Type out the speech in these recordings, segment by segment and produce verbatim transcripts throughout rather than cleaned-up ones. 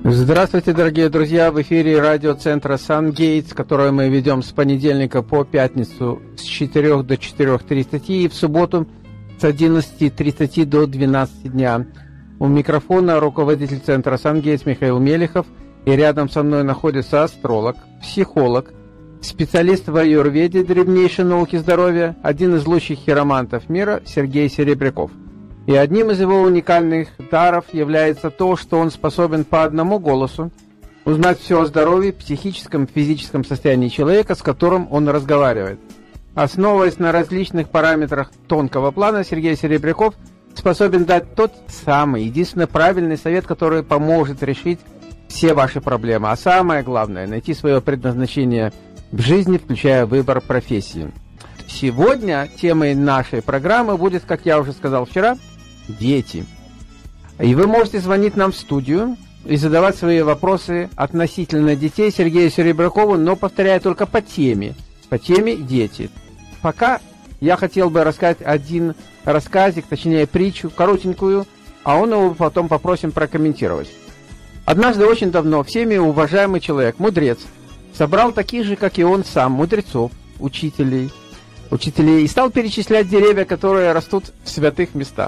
Здравствуйте, дорогие друзья! В эфире радиоцентра «Сангейтс», которое мы ведем с понедельника по пятницу с четырёх до четырёх тридцати и в субботу с одиннадцати тридцати до двенадцати дня. У микрофона руководитель центра «Сангейтс» Михаил Мелехов, и рядом со мной находится астролог, психолог, специалист в аюрведе, древнейшей науки здоровья, один из лучших хиромантов мира Сергей Серебряков. И одним из его уникальных даров является то, что он способен по одному голосу узнать все о здоровье, психическом и физическом состоянии человека, с которым он разговаривает. Основываясь на различных параметрах тонкого плана, Сергей Серебряков способен дать тот самый, единственно правильный совет, который поможет решить все ваши проблемы. А самое главное, найти свое предназначение в жизни, включая выбор профессии. Сегодня темой нашей программы будет, как я уже сказал вчера, дети. И вы можете звонить нам в студию и задавать свои вопросы относительно детей Сергею Серебрякову, но, повторяю, только по теме. По теме дети. Пока я хотел бы рассказать один рассказик, точнее притчу, коротенькую, а он его потом попросим прокомментировать. Однажды очень давно всеми уважаемый человек, мудрец, собрал таких же, как и он сам, мудрецов, учителей, учителей и стал перечислять деревья, которые растут в святых местах.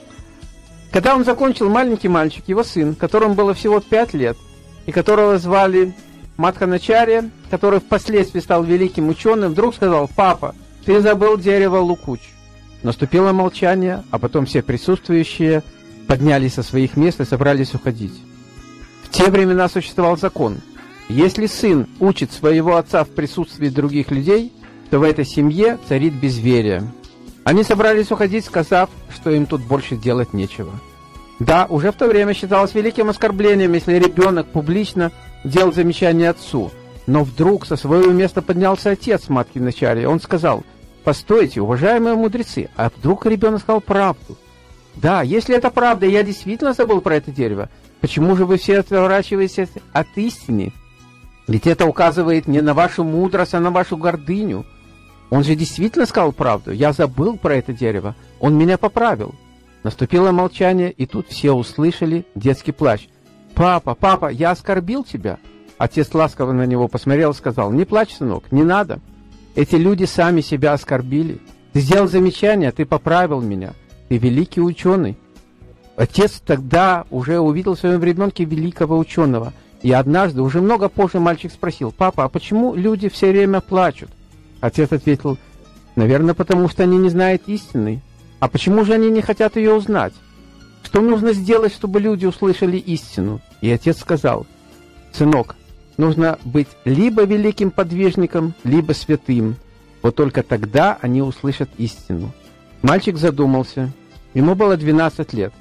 Когда он закончил, маленький мальчик, его сын, которому было всего пять лет, и которого звали Мадханачарья, который впоследствии стал великим ученым, вдруг сказал: «Папа, ты забыл дерево Лукуч». Наступило молчание, а потом все присутствующие поднялись со своих мест и собрались уходить. В те времена существовал закон: если сын учит своего отца в присутствии других людей, то в этой семье царит безверие. Они собрались уходить, сказав, что им тут больше делать нечего. Да, уже в то время считалось великим оскорблением, если ребенок публично делал замечание отцу. Но вдруг со своего места поднялся отец Мадханачарьи. Он сказал: «Постойте, уважаемые мудрецы, а вдруг ребенок сказал правду? Да, если это правда, я действительно забыл про это дерево. Почему же вы все отворачиваетесь от истины? Ведь это указывает не на вашу мудрость, а на вашу гордыню. Он же действительно сказал правду. Я забыл про это дерево. Он меня поправил». Наступило молчание, и тут все услышали детский плач. «Папа, папа, я оскорбил тебя?» Отец ласково на него посмотрел и сказал: «Не плачь, сынок, не надо. Эти люди сами себя оскорбили. Ты сделал замечание, ты поправил меня. Ты великий ученый». Отец тогда уже увидел в своем ребенке великого ученого. И однажды, уже много позже, мальчик спросил: «Папа, а почему люди все время плачут?» Отец ответил: «Наверное, потому что они не знают истины. А почему же они не хотят ее узнать? Что нужно сделать, чтобы люди услышали истину?» И отец сказал: «Сынок, нужно быть либо великим подвижником, либо святым. Вот только тогда они услышат истину». Мальчик задумался. Ему было двенадцать лет.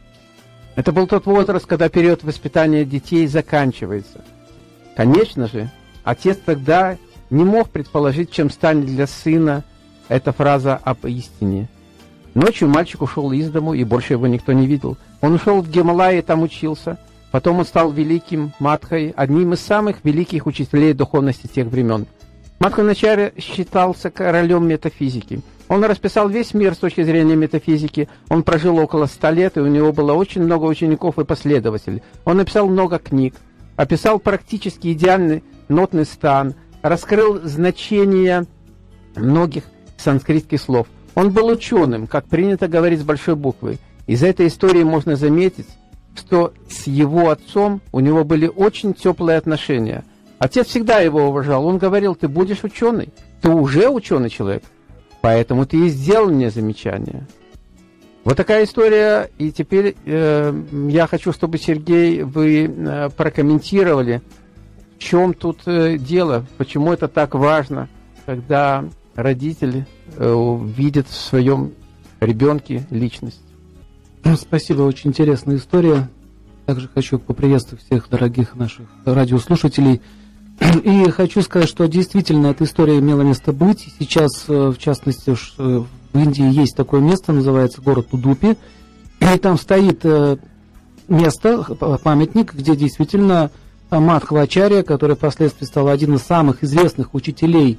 Это был тот возраст, когда период воспитания детей заканчивается. Конечно же, отец тогда не мог предположить, чем станет для сына эта фраза об истине. Ночью мальчик ушел из дому, и больше его никто не видел. Он ушел в Гималайи, там учился. Потом он стал великим Мадхой, одним из самых великих учителей духовности тех времен. Мадханачарья считался королем метафизики. Он расписал весь мир с точки зрения метафизики. Он прожил около ста лет, и у него было очень много учеников и последователей. Он написал много книг, описал практически идеальный нотный стан, раскрыл значение многих санскритских слов. Он был ученым, как принято говорить с большой буквы. Из этой истории можно заметить, что с его отцом у него были очень теплые отношения. Отец всегда его уважал. Он говорил: «Ты будешь ученый, ты уже ученый человек, поэтому ты и сделал мне замечание». Вот такая история. И теперь э, я хочу, чтобы, Сергей, вы э, прокомментировали, в чем тут э, дело, почему это так важно, когда родители э, видят в своем ребенке личность. Спасибо, очень интересная история. Также хочу поприветствовать всех дорогих наших радиослушателей. И хочу сказать, что действительно эта история имела место быть. Сейчас, в частности, в Индии есть такое место, называется город Удупи. И там стоит место, памятник, где действительно Мадхвачарья, который впоследствии стал один из самых известных учителей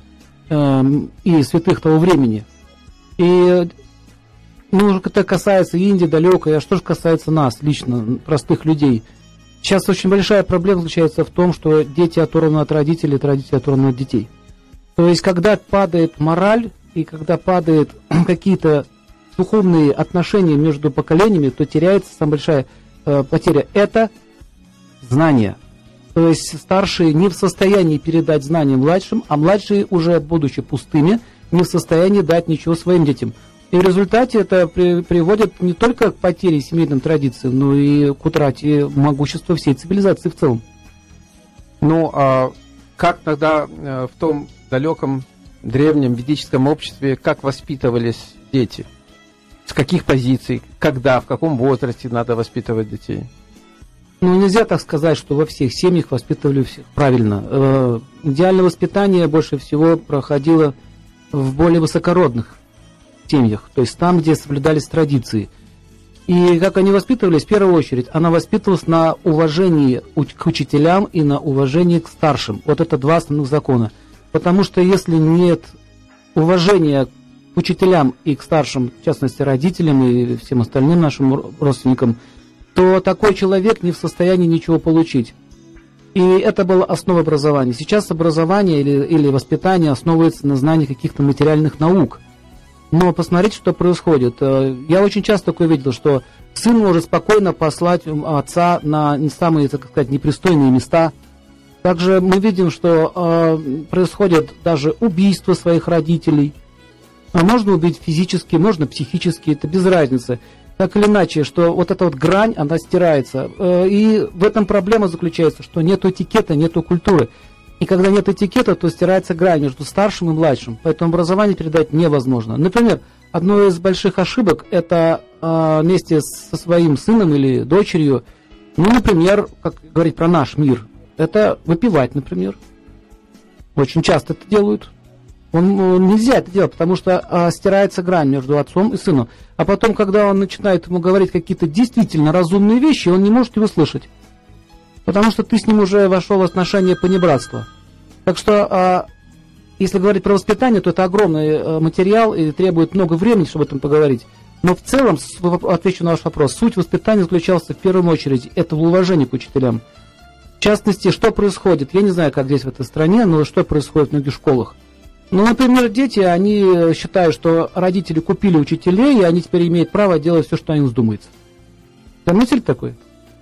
и святых того времени. И ну, это касается Индии далекой, а что же касается нас, лично, простых людей? Сейчас очень большая проблема заключается в том, что дети оторваны от родителей, родители оторваны от детей. То есть, когда падает мораль, и когда падают какие-то духовные отношения между поколениями, то теряется самая большая э, потеря. Это знания. То есть, старшие не в состоянии передать знания младшим, а младшие, уже будучи пустыми, не в состоянии дать ничего своим детям. И в результате это при, приводит не только к потере семейных традиций, но и к утрате могущества всей цивилизации в целом. Ну, а как тогда в том далеком древнем ведическом обществе, как воспитывались дети? С каких позиций? Когда? В каком возрасте надо воспитывать детей? Ну, нельзя так сказать, что во всех семьях воспитывали всех правильно. Э, идеальное воспитание больше всего проходило в более высокородных семьях, то есть там, где соблюдались традиции. И как они воспитывались, в первую очередь, она воспитывалась на уважении к учителям и на уважении к старшим. Вот это два основных закона. Потому что если нет уважения к учителям и к старшим, в частности, родителям и всем остальным нашим родственникам, то такой человек не в состоянии ничего получить. И это была основа образования. Сейчас образование или, или воспитание основывается на знании каких-то материальных наук. Но посмотрите, что происходит. Я очень часто такое видел, что сын может спокойно послать отца на не самые, так сказать, непристойные места. Также мы видим, что э, происходит даже убийство своих родителей. Можно убить физически, можно психически, это без разницы. Так или иначе, что вот эта вот грань, она стирается. Э, и в этом проблема заключается, что нет этикета, нет культуры. И когда нет этикета, то стирается грань между старшим и младшим. Поэтому образование передать невозможно. Например, одно из больших ошибок – это э, вместе со своим сыном или дочерью, ну, например, как говорить про наш мир, это выпивать, например. Очень часто это делают. Он, он, нельзя это делать, потому что э, стирается грань между отцом и сыном. А потом, когда он начинает ему говорить какие-то действительно разумные вещи, он не может его слышать. Потому что ты с ним уже вошел в отношения понебратства. Так что, а, если говорить про воспитание, то это огромный а, материал и требует много времени, чтобы об этом поговорить. Но в целом, отвечу на ваш вопрос, суть воспитания заключалась в первую очередь, это в уважении к учителям. В частности, что происходит, я не знаю, как здесь в этой стране, но что происходит в многих школах. Ну, например, дети, они считают, что родители купили учителей, и они теперь имеют право делать все, что им вздумается. Заметили такое?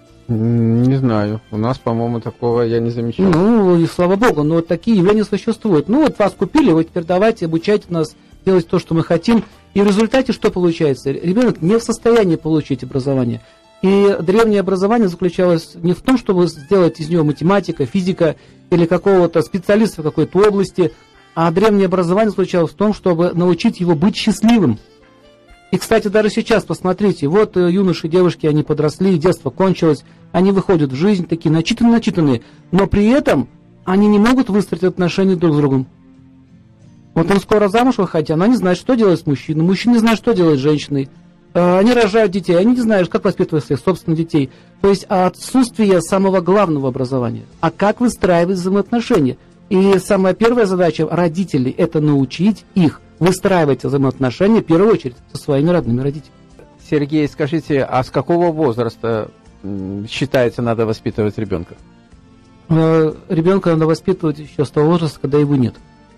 Не знаю. У нас, по-моему, такого я не замечал. Ну, и слава богу, но вот такие явления существуют. Ну, вот вас купили, вы теперь давайте, обучайте нас делать то, что мы хотим. И в результате что получается? Ребенок не в состоянии получить образование. И древнее образование заключалось не в том, чтобы сделать из него математика, физика или какого-то специалиста в какой-то области, а древнее образование заключалось в том, чтобы научить его быть счастливым. И, кстати, даже сейчас, посмотрите, вот юноши, девушки, они подросли, детство кончилось, они выходят в жизнь, такие начитанные-начитанные, но при этом они не могут выстроить отношения друг с другом. Вот он скоро замуж выходит, она не знает, что делать с мужчиной, мужчина не знает, что делать с женщиной. Они рожают детей, они не знают, как воспитывать своих собственных детей. То есть отсутствие самого главного образования. А как выстраивать взаимоотношения? И самая первая задача родителей – это научить их выстраивать взаимоотношения, в первую очередь, со своими родными родителями. Сергей, скажите, а с какого возраста считается, надо воспитывать ребенка? Ребенка надо воспитывать еще с того возраста, когда его нет.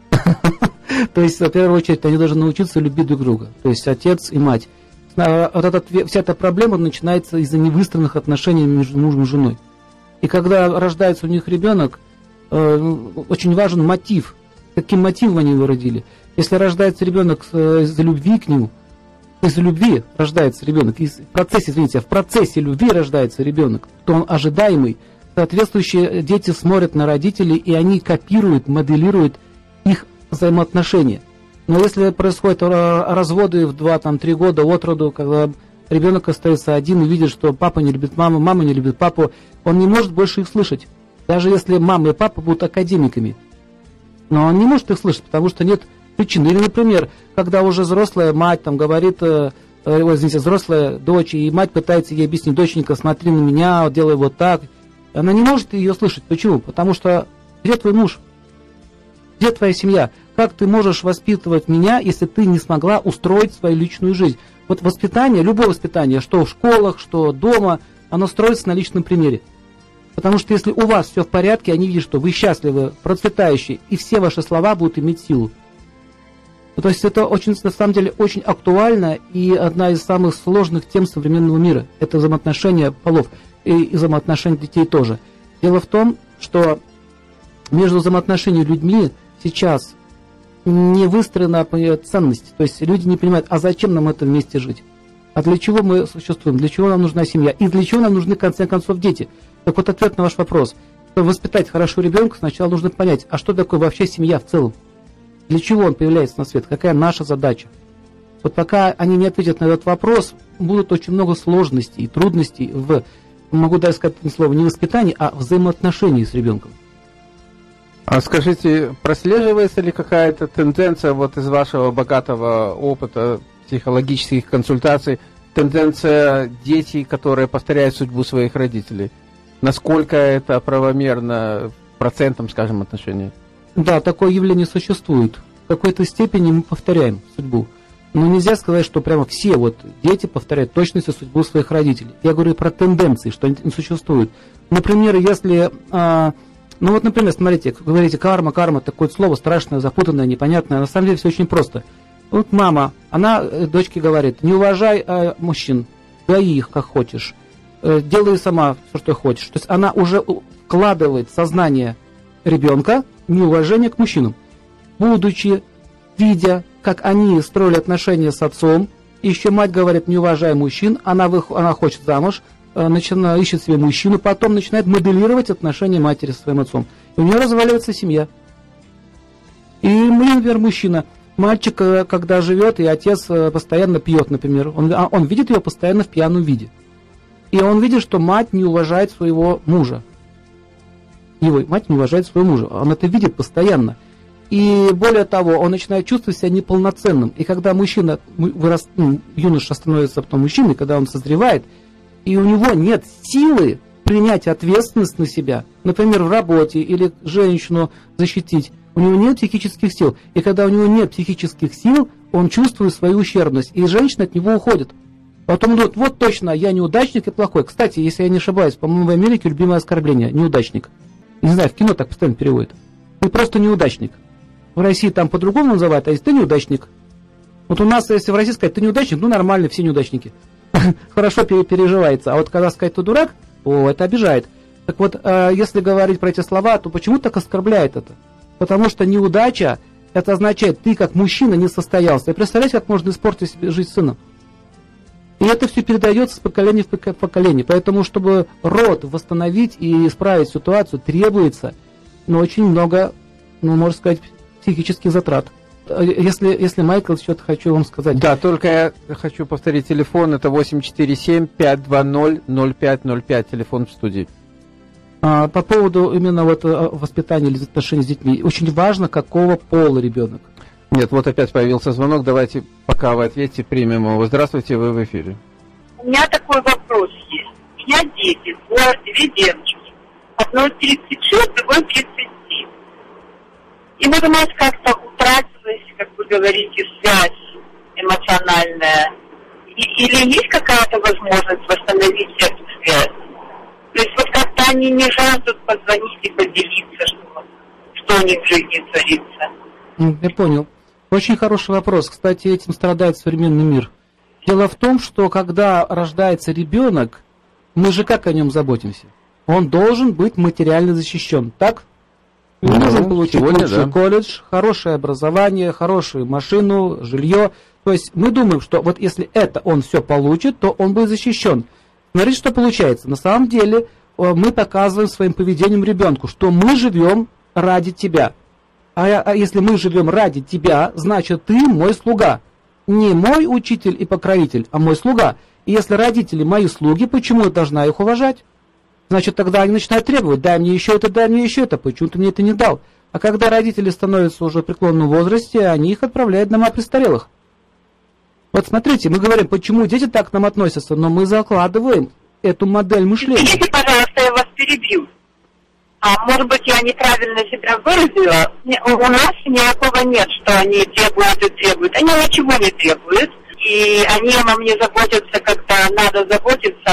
То есть, в первую очередь, они должны научиться любить друг друга. То есть, отец и мать. Вот этот, вся эта проблема начинается из-за невыстроенных отношений между мужем и женой. И когда рождается у них ребенок, очень важен мотив. Каким мотивом они его родили? Если рождается ребенок из-за любви к нему, из-за любви рождается ребенок, в процессе, извините, в процессе любви рождается ребенок, то он ожидаемый. Соответствующие дети смотрят на родителей, и они копируют, моделируют их взаимоотношения. Но если происходят разводы в два-три года от роду, когда ребенок остается один и видит, что папа не любит маму, мама не любит папу, он не может больше их слышать. Даже если мама и папа будут академиками. Но он не может их слышать, потому что нет причин. Или, например, когда уже взрослая мать там говорит, э, извините, взрослая дочь, и мать пытается ей объяснить: доченька, смотри на меня, делай вот так. Она не может ее слышать. Почему? Потому что где твой муж? Где твоя семья? Как ты можешь воспитывать меня, если ты не смогла устроить свою личную жизнь? Вот воспитание, любое воспитание, что в школах, что дома, оно строится на личном примере. Потому что если у вас все в порядке, они видят, что вы счастливы, процветающие, и все ваши слова будут иметь силу. То есть это очень, на самом деле очень актуально и одна из самых сложных тем современного мира. Это взаимоотношения полов и взаимоотношения детей тоже. Дело в том, что между взаимоотношениями людьми сейчас не выстроена ценность. То есть люди не понимают, а зачем нам это вместе жить? А для чего мы существуем? Для чего нам нужна семья? И для чего нам нужны, в конце концов, дети? Так вот, ответ на ваш вопрос. Чтобы воспитать хорошо ребенка, сначала нужно понять, а что такое вообще семья в целом? Для чего он появляется на свет? Какая наша задача? Вот пока они не ответят на этот вопрос, будет очень много сложностей и трудностей в, могу даже сказать это слово, не воспитании, а взаимоотношении с ребенком. А скажите, прослеживается ли какая-то тенденция вот из вашего богатого опыта психологических консультаций, тенденция детей, которые повторяют судьбу своих родителей? Насколько это правомерно в процентном, скажем, отношении? Да, такое явление существует. В какой-то степени мы повторяем судьбу. Но нельзя сказать, что прямо все вот дети повторяют точностью судьбу своих родителей. Я говорю про тенденции, что они существуют. Например, если... А, ну вот, например, смотрите, вы говорите карма, карма, такое слово страшное, запутанное, непонятное. На самом деле все очень просто. Вот мама, она дочке говорит, не уважай а, мужчин, дай их как хочешь. Делай сама все, что хочешь. То есть она уже вкладывает в сознание ребенка неуважение к мужчинам. Будучи, видя, как они строили отношения с отцом, еще мать говорит, не уважай мужчин, она, вы, она хочет замуж, начинает, ищет себе мужчину, потом начинает моделировать отношения матери со своим отцом. И у нее разваливается семья. И мы, например, мужчина, мальчик, когда живет, и отец постоянно пьет, например, он, он видит ее постоянно в пьяном виде. И он видит, что мать не уважает своего мужа. Его мать не уважает своего мужа. Он это видит постоянно. И более того, он начинает чувствовать себя неполноценным. И когда мужчина, вырос, ну, юноша становится потом мужчиной, когда он созревает, и у него нет силы принять ответственность на себя, например, в работе или женщину защитить, у него нет психических сил. И когда у него нет психических сил, он чувствует свою ущербность. И женщина от него уходит. Потом он думает, вот точно, я неудачник и плохой. Кстати, если я не ошибаюсь, по-моему, в Америке любимое оскорбление – неудачник. Не знаю, в кино так постоянно переводят. Ты просто неудачник. В России там по-другому называют, а если ты неудачник. Вот у нас, если в России сказать, ты неудачник, ну нормально, все неудачники. Хорошо переживается. А вот когда сказать, ты дурак, о, это обижает. Так вот, если говорить про эти слова, то почему так оскорбляет это? Потому что неудача, это означает, ты как мужчина не состоялся. И представляете, как можно испортить себе жизнь сына? И это все передается с поколения в поколение. Поэтому, чтобы род восстановить и исправить ситуацию, требуется, ну, очень много, ну, можно сказать, психических затрат. Если, если Майкл, что-то хочу вам сказать. Да, только я хочу повторить телефон. Это восемь четыре семь пять два ноль ноль пять ноль пять, телефон в студии. А, по поводу именно вот воспитания или отношений с детьми. Очень важно, какого пола ребенок. Нет, вот опять появился звонок. Давайте, пока вы ответите, примем его. Здравствуйте, вы в эфире. У меня такой вопрос есть. У меня дети, две девочки. Одной тридцать шесть, другой тридцать семь. И вот у нас как-то утратилась, как вы говорите, связь эмоциональная. И, или есть какая-то возможность восстановить эту связь? То есть вот как-то они не жаждут позвонить и поделиться, что, что у них в жизни творится. Я понял. Очень хороший вопрос. Кстати, этим страдает современный мир. Дело в том, что когда рождается ребенок, мы же как о нем заботимся? Он должен быть материально защищен, так? Он ну, должен получить лучший да. колледж, хорошее образование, хорошую машину, жилье. То есть мы думаем, что вот если это он все получит, то он будет защищен. Смотрите, что получается. На самом деле мы показываем своим поведением ребенку, что мы живем ради тебя. А, а если мы живем ради тебя, значит, ты мой слуга. Не мой учитель и покровитель, а мой слуга. И если родители мои слуги, почему я должна их уважать? Значит, тогда они начинают требовать, дай мне еще это, дай мне еще это, почему ты мне это не дал? А когда родители становятся уже в преклонном возрасте, они их отправляют в дома престарелых. Вот смотрите, мы говорим, почему дети так к нам относятся, но мы закладываем эту модель мышления. Извините, пожалуйста, я вас перебью. А может быть, я неправильно себя выразила? У нас никакого нет, что они требуют и требуют. Они ничего не требуют, и они обо мне заботятся, как-то надо заботиться.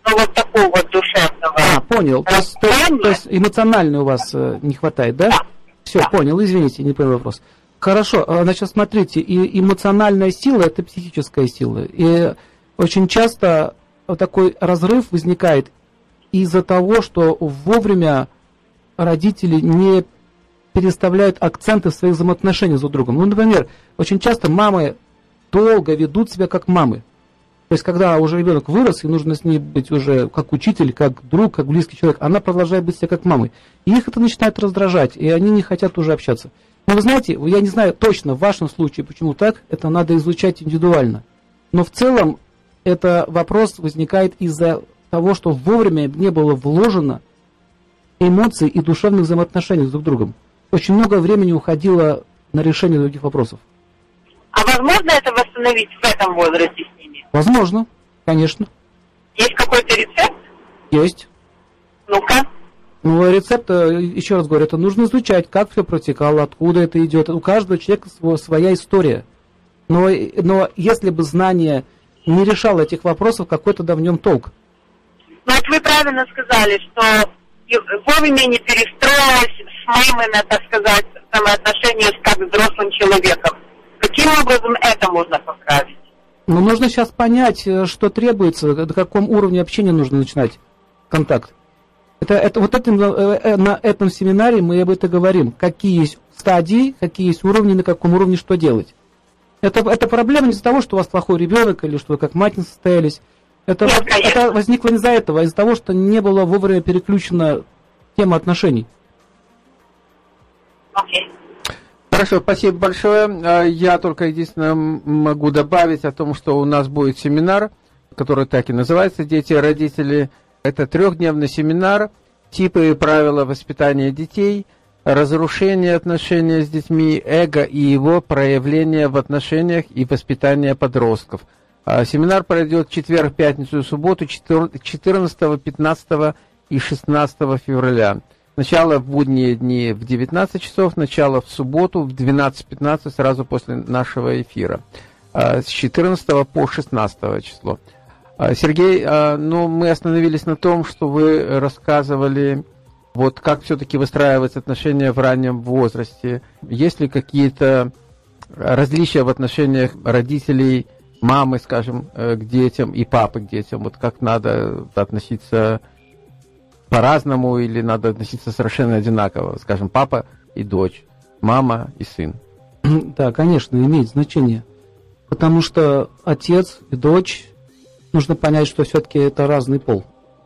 ну, вот такого вот душевного. А, понял. То есть, то, есть, то есть эмоционально у вас э, не хватает, да? Да. Все, да. Понял, извините, не понял вопрос. Хорошо, значит, смотрите, и эмоциональная сила – это психическая сила. И очень часто вот такой разрыв возникает из-за того, что вовремя родители не переставляют акценты в своих взаимоотношениях друг с другом. Ну, например, очень часто мамы долго ведут себя как мамы. То есть, когда уже ребенок вырос, и нужно с ней быть уже как учитель, как друг, как близкий человек, она продолжает быть себя как мамой. И их это начинает раздражать, и они не хотят уже общаться. Но вы знаете, я не знаю точно в вашем случае, почему так, это надо изучать индивидуально. Но в целом, это вопрос возникает из-за того, что вовремя не было вложено эмоций и душевных взаимоотношений друг с другом. Очень много времени уходило на решение других вопросов. А возможно это восстановить в этом возрасте с ними? Возможно, конечно. Есть какой-то рецепт? Есть. Ну-ка. Ну, рецепт, еще раз говорю, это нужно изучать, как все протекало, откуда это идет. У каждого человека своя история. Но, но если бы знание не решало этих вопросов, какой тогда в нем толк? Ну, вот вы правильно сказали, что вовремя не перестроилась с мамой, так сказать, самоотношения как с взрослым человеком. Каким образом это можно поправить? Ну, нужно сейчас понять, что требуется, до каком уровне общения нужно начинать контакт. Это, это, вот это, на этом семинаре мы об этом говорим. Какие есть стадии, какие есть уровни, на каком уровне что делать. Это, это проблема не из-за того, что у вас плохой ребенок, или что вы как мать не состоялись. Это, Нет, это возникло не из-за этого, а из-за того, что не было вовремя переключена тема отношений. Окей. Хорошо, спасибо большое. Я только единственное могу добавить о том, что у нас будет семинар, который так и называется «Дети и родители». Это трехдневный семинар, типы и правила воспитания детей, разрушение отношений с детьми, эго и его проявление в отношениях и воспитание подростков. Семинар пройдет в четверг, пятницу и субботу четырнадцатого, пятнадцатого и шестнадцатого февраля. Начало в будние дни в девятнадцать часов, начало в субботу в двенадцать пятнадцать, сразу после нашего эфира. С четырнадцатого по шестнадцатое число. Сергей, ну, мы остановились на том, что вы рассказывали, вот как все-таки выстраивать отношения в раннем возрасте. Есть ли какие-то различия в отношениях родителей, мамы, скажем, к детям и папы к детям? Вот как надо относиться по-разному или надо относиться совершенно одинаково? Скажем, папа и дочь, мама и сын. Да, конечно, имеет значение. Потому что отец и дочь... Нужно понять, что все-таки это разный пол.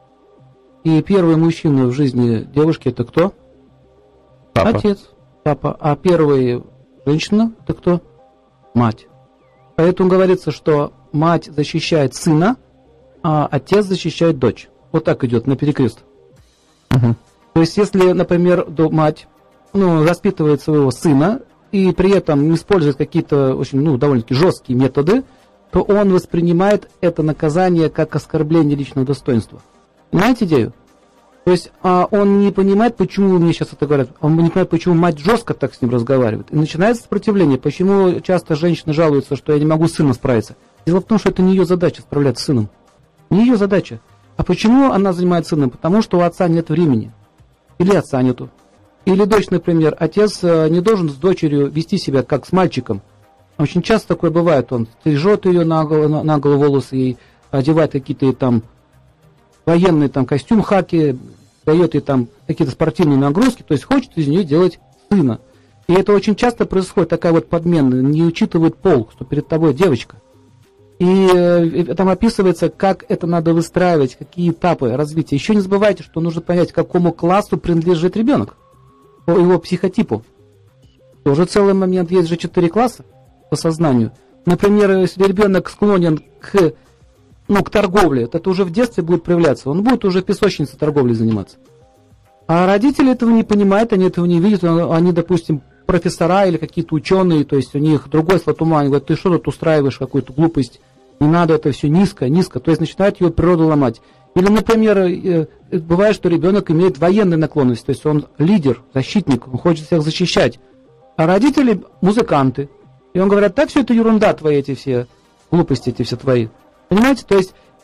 И первый мужчина в жизни девушки это кто? Папа. Отец, папа. А первая женщина это кто? Мать. Поэтому говорится, что мать защищает сына, а отец защищает дочь. Вот так идет на перекрест. Угу. То есть, если, например, мать ну, воспитывает своего сына и при этом использует какие-то очень, ну, довольно-таки жесткие методы, то он воспринимает это наказание как оскорбление личного достоинства. Понимаете идею? То есть а, он не понимает, почему мне сейчас это говорят, он не понимает, почему мать жестко так с ним разговаривает. И начинается сопротивление. Почему часто женщины жалуются, что я не могу с сыном справиться? Дело в том, что это не ее задача справляться с сыном. Не ее задача. А почему она занимается сыном? Потому что у отца нет времени. Или отца нету. Или дочь, например, отец не должен с дочерью вести себя как с мальчиком. Очень часто такое бывает, он стрижет ее на голову, на, на голову волосы и одевает какие-то там военные там костюм хаки, дает ей там какие-то спортивные нагрузки, то есть хочет из нее делать сына. И это очень часто происходит, такая вот подмена, не учитывает пол, что перед тобой девочка. И э, там описывается, как это надо выстраивать, какие этапы развития. Еще не забывайте, что нужно понять, к какому классу принадлежит ребенок, по его психотипу. Тоже целый момент, есть же четыре класса по сознанию. Например, если ребенок склонен к, ну, к торговле, это уже в детстве будет проявляться. Он будет уже в песочнице торговлей заниматься. А родители этого не понимают, они этого не видят. Они, допустим, профессора или какие-то ученые, то есть у них другой склад ума. Они говорят, ты что тут устраиваешь какую-то глупость? Не надо, это все низко, низко. То есть начинают его природу ломать. Или, например, бывает, что ребенок имеет военную наклонность, то есть он лидер, защитник, он хочет всех защищать. А родители музыканты. И он говорит, так все это ерунда твои, эти все глупости, эти все твои. Понимаете? То есть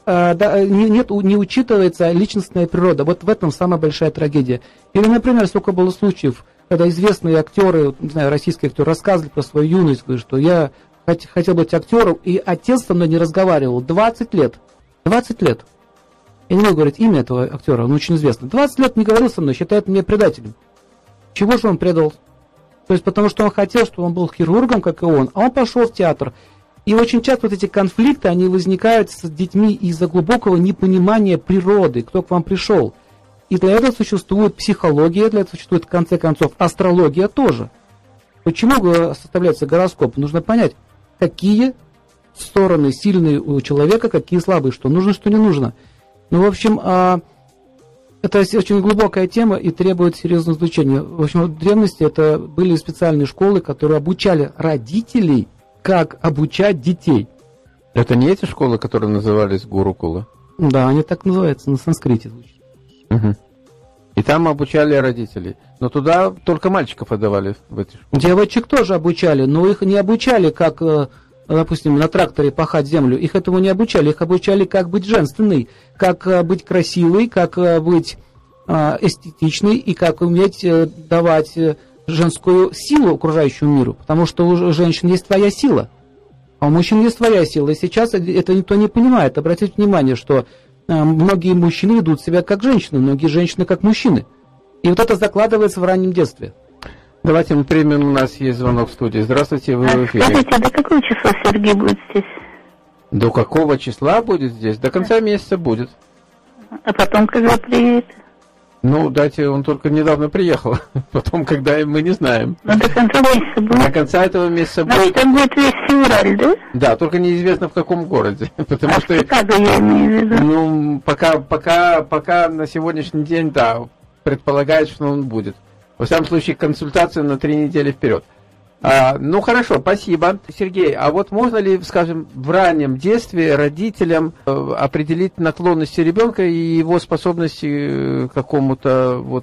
а, да, не, нет, не учитывается личностная природа. Вот в этом самая большая трагедия. Или, например, сколько было случаев, когда известные актеры, не знаю, российские актеры рассказывали про свою юность, говорят, что я хотел быть актером, и отец со мной не разговаривал двадцать лет. двадцать лет. Я не могу говорить имя этого актера, он очень известный. двадцать лет не говорил со мной, считает меня предателем. Чего же он предал? То есть потому что он хотел, чтобы он был хирургом, как и он, а он пошел в театр. И очень часто вот эти конфликты, они возникают с детьми из-за глубокого непонимания природы, кто к вам пришел. И для этого существует психология, для этого существует, в конце концов, астрология тоже. Почему составляется гороскоп? Нужно понять, какие стороны сильные у человека, какие слабые, что нужно, что не нужно. Ну, в общем, это очень глубокая тема и требует серьезного изучения. В общем, в древности это были специальные школы, которые обучали родителей, как обучать детей. Это не эти школы, которые назывались гурукулы? Да, они так называются, на санскрите звучит. Угу. И там обучали родителей. Но туда только мальчиков отдавали в эти школы. Девочек тоже обучали, но их не обучали, как, допустим, на тракторе пахать землю. Их этому не обучали. Их обучали, как быть женственной, как быть красивой, как быть эстетичной и как уметь давать женскую силу окружающему миру. Потому что у женщин есть своя сила, а у мужчин есть своя сила. И сейчас это никто не понимает. Обратите внимание, что многие мужчины ведут себя как женщины, многие женщины как мужчины. И вот это закладывается в раннем детстве. Давайте мы примем, у нас есть звонок в студии. Здравствуйте, вы в эфире. Скажите, до какого числа Сергей будет здесь? До какого числа будет здесь? До конца месяца будет. А потом когда приедет? Ну, дайте, он только недавно приехал. Потом, когда, мы не знаем. Ну, до конца месяца будет? До конца этого месяца будет. Значит, это будет весь февраль, да? Да, только неизвестно в каком городе. Потому а что... Чикаго я имею в виду. Ну, пока, пока, пока на сегодняшний день, да, предполагает, что он будет. Во всяком случае, консультация на три недели вперед. А, ну, хорошо, спасибо. Сергей, а вот можно ли, скажем, в раннем детстве родителям э, определить наклонности ребенка и его способности к какому-то вот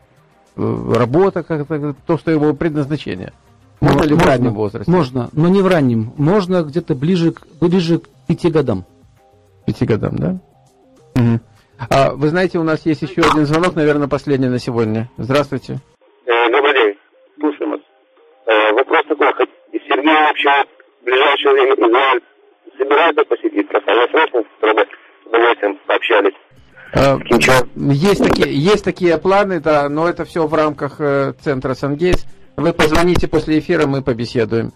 э, работа, как то, что его предназначение? Можно ну, ли можно, в раннем возрасте? Можно, но не в раннем. Можно где-то ближе, к, ближе к пяти годам. Пяти годам, да? Угу. А, вы знаете, у нас есть еще один звонок, наверное, последний на сегодня. Здравствуйте. Добрый день. Слушаем вас. Вопрос такой. Сергей вообще в ближайшее время Израиль собирается посетить? Просто я срочно, чтобы давайте пообщались. А, есть, такие, есть такие планы, да, но это все в рамках э, центра Сангейтс. Вы позвоните после эфира, мы побеседуем.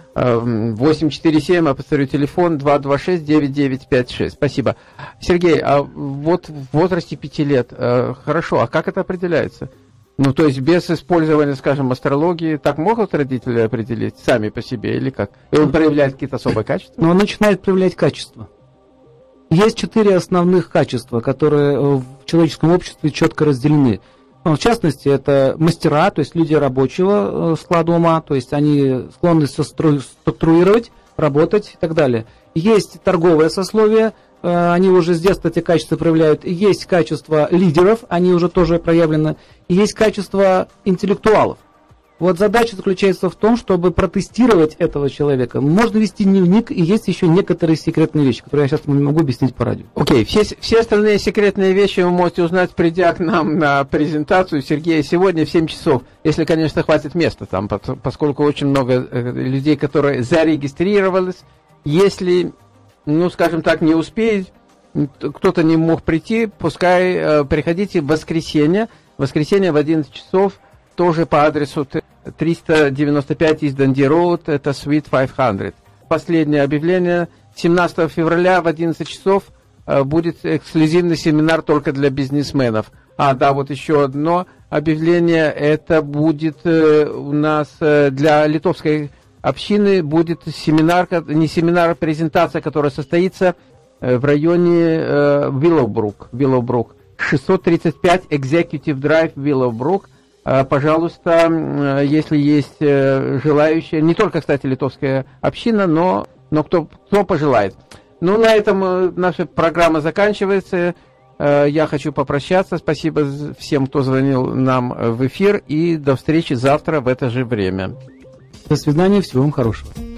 восемь четыре семь, а повторю телефон два два шесть девять девять пять шесть. Спасибо. Сергей, а вот в возрасте пяти лет, э, хорошо, а как это определяется? Ну, то есть без использования, скажем, астрологии, так могут родители определить сами по себе или как? И он проявляет какие-то особые качества? Но он начинает проявлять качества. Есть четыре основных качества, которые в человеческом обществе четко разделены. Ну, в частности, это мастера, то есть люди рабочего склада ума, то есть они склонны структурировать, работать и так далее. Есть торговое сословие, они уже с детства эти качества проявляют. Есть качество лидеров, они уже тоже проявлены. И есть качество интеллектуалов. Вот задача заключается в том, чтобы протестировать этого человека. Можно вести дневник, и есть еще некоторые секретные вещи, которые я сейчас не могу объяснить по радио. Окей, okay. все, все остальные секретные вещи вы можете узнать, придя к нам на презентацию Сергея сегодня в семь часов, если, конечно, хватит места там, поскольку очень много людей, которые зарегистрировались. Если, ну, скажем так, не успеет, кто-то не мог прийти, пускай приходите в воскресенье, в воскресенье в одиннадцать часов, тоже по адресу триста девяносто пять East Dundee Road, это Suite пятьсот. Последнее объявление. семнадцатого февраля в одиннадцать часов будет эксклюзивный семинар только для бизнесменов. А, да, вот еще одно объявление. Это будет у нас для литовской общины будет семинар, не семинар, а презентация, которая состоится в районе Виллоубрук. Виллоубрук. шестьсот тридцать пять Executive Drive Виллоубрук. Пожалуйста, если есть желающие, не только, кстати, литовская община, но, но кто, кто пожелает. Ну, на этом наша программа заканчивается. Я хочу попрощаться. Спасибо всем, кто звонил нам в эфир. И до встречи завтра в это же время. До свидания. Всего вам хорошего.